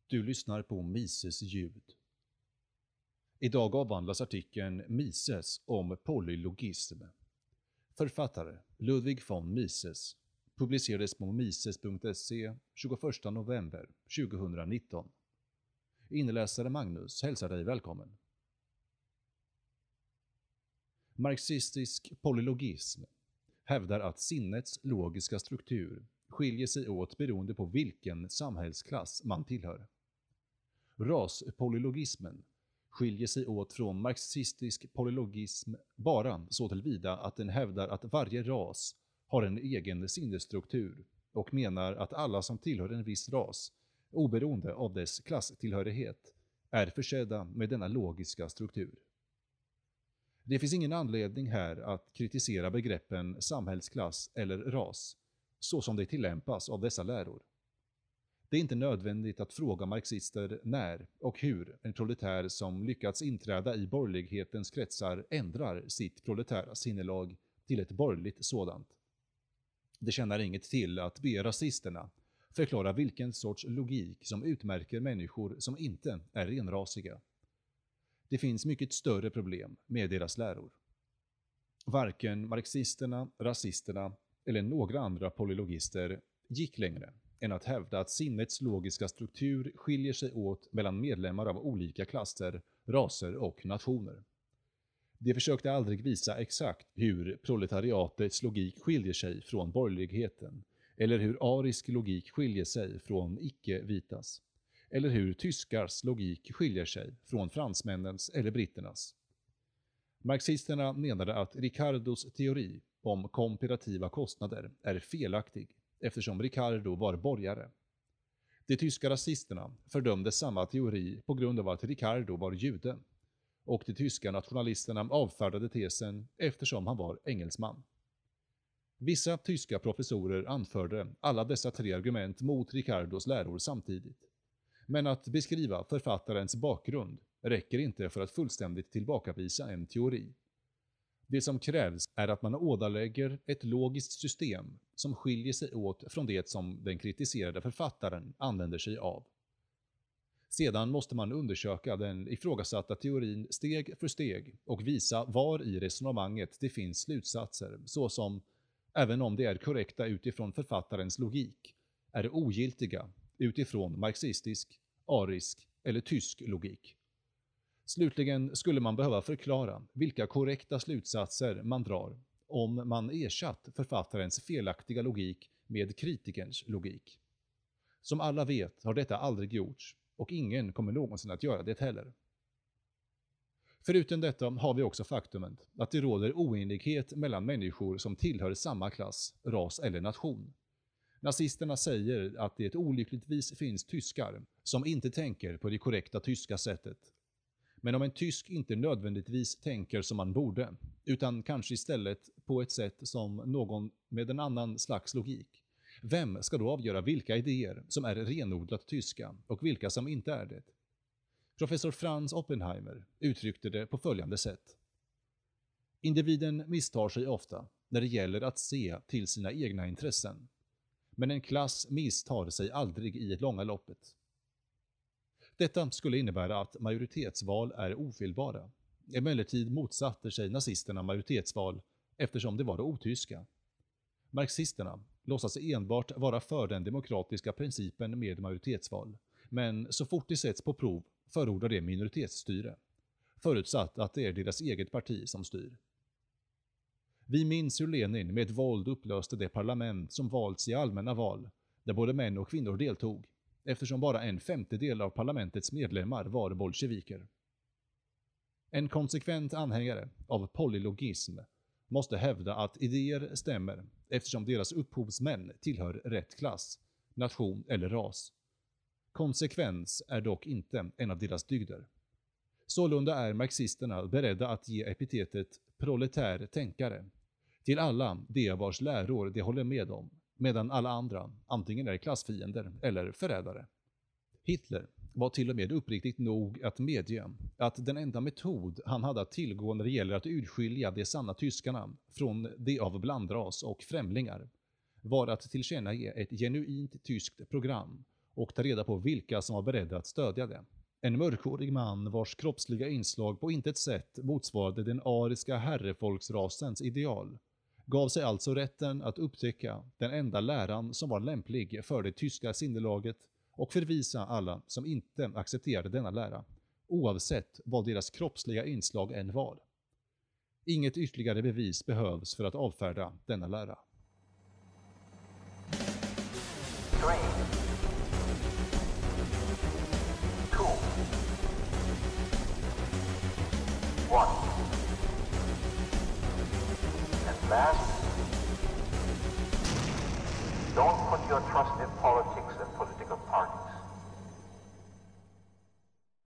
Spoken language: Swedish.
Du lyssnar på Mises ljud. Idag avhandlas artikeln Mises om polylogism. Författare Ludwig von Mises. Publicerades på mises.se 21 november 2019. Inläsare Magnus hälsar dig välkommen. Marxistisk polylogism hävdar att sinnets logiska struktur skiljer sig åt beroende på vilken samhällsklass man tillhör. Raspolylogismen skiljer sig åt från marxistisk polylogism bara så tillvida att den hävdar att varje ras har en egen sinnesstruktur och menar att alla som tillhör en viss ras, oberoende av dess klasstillhörighet, är försedda med denna logiska struktur. Det finns ingen anledning här att kritisera begreppen samhällsklass eller ras, så som det tillämpas av dessa läror. Det är inte nödvändigt att fråga marxister när och hur en proletär som lyckats inträda i borgerlighetens kretsar ändrar sitt proletära sinnelag till ett borgerligt sådant. Det tjänar inget till att be rasisterna förklara vilken sorts logik som utmärker människor som inte är renrasiga. Det finns mycket större problem med deras läror. Varken marxisterna, rasisterna eller några andra polylogister gick längre än att hävda att sinnets logiska struktur skiljer sig åt mellan medlemmar av olika klasser, raser och nationer. De försökte aldrig visa exakt hur proletariatets logik skiljer sig från borgerligheten, eller hur arisk logik skiljer sig från icke-vitas, eller hur tyskars logik skiljer sig från fransmännens eller britternas. Marxisterna menade att Ricardos teori om komparativa kostnader är felaktig eftersom Ricardo var borgare. De tyska rasisterna fördömde samma teori på grund av att Ricardo var jude, och de tyska nationalisterna avfärdade tesen eftersom han var engelsman. Vissa tyska professorer anförde alla dessa tre argument mot Ricardos läror samtidigt. Men att beskriva författarens bakgrund räcker inte för att fullständigt tillbakavisa en teori. Det som krävs är att man ådalägger ett logiskt system som skiljer sig åt från det som den kritiserade författaren använder sig av. Sedan måste man undersöka den ifrågasatta teorin steg för steg och visa var i resonemanget det finns slutsatser, såsom, även om de är korrekta utifrån författarens logik, är ogiltiga utifrån marxistisk, arisk eller tysk logik. Slutligen skulle man behöva förklara vilka korrekta slutsatser man drar om man ersatt författarens felaktiga logik med kritikerns logik. Som alla vet har detta aldrig gjorts och ingen kommer någonsin att göra det heller. Förutom detta har vi också faktumet att det råder oenighet mellan människor som tillhör samma klass, ras eller nation. Nazisterna säger att det olyckligtvis finns tyskar som inte tänker på det korrekta tyska sättet. Men om en tysk inte nödvändigtvis tänker som man borde, utan kanske istället på ett sätt som någon med en annan slags logik, vem ska då avgöra vilka idéer som är renodlat tyska och vilka som inte är det? Professor Franz Oppenheimer uttryckte det på följande sätt. Individen misstar sig ofta när det gäller att se till sina egna intressen. Men en klass misstar sig aldrig i det långa loppet. Detta skulle innebära att majoritetsval är ofelbara. Emellertid motsatte sig nazisterna majoritetsval eftersom det var otyska. Marxisterna låtsas enbart vara för den demokratiska principen med majoritetsval, men så fort det sätts på prov förordar det minoritetsstyre, förutsatt att det är deras eget parti som styr. Vi minns hur Lenin med våld upplöste det parlament som valts i allmänna val, där både män och kvinnor deltog, eftersom bara 1/5 av parlamentets medlemmar var bolsjeviker. En konsekvent anhängare av polylogism måste hävda att idéer stämmer eftersom deras upphovsmän tillhör rätt klass, nation eller ras. Konsekvens är dock inte en av deras dygder. Sålunda är marxisterna beredda att ge epitetet proletär tänkare till alla de vars läror de håller med om, medan alla andra antingen är klassfiender eller förrädare. Hitler var till och med uppriktigt nog att medge att den enda metod han hade att tillgå när det gäller att urskilja de sanna tyskarna från de av blandras och främlingar var att tillkännage ett genuint tyskt program och ta reda på vilka som var beredda att stödja det. En mörkhårig man vars kroppsliga inslag på intet sätt motsvarade den ariska herrefolksrasens ideal gav sig alltså rätten att upptäcka den enda läran som var lämplig för det tyska sinnelaget och förvisa alla som inte accepterade denna lära, oavsett vad deras kroppsliga inslag än var. Inget ytterligare bevis behövs för att avfärda denna lära. 3, 2, 1. And last, don't put your trust in politics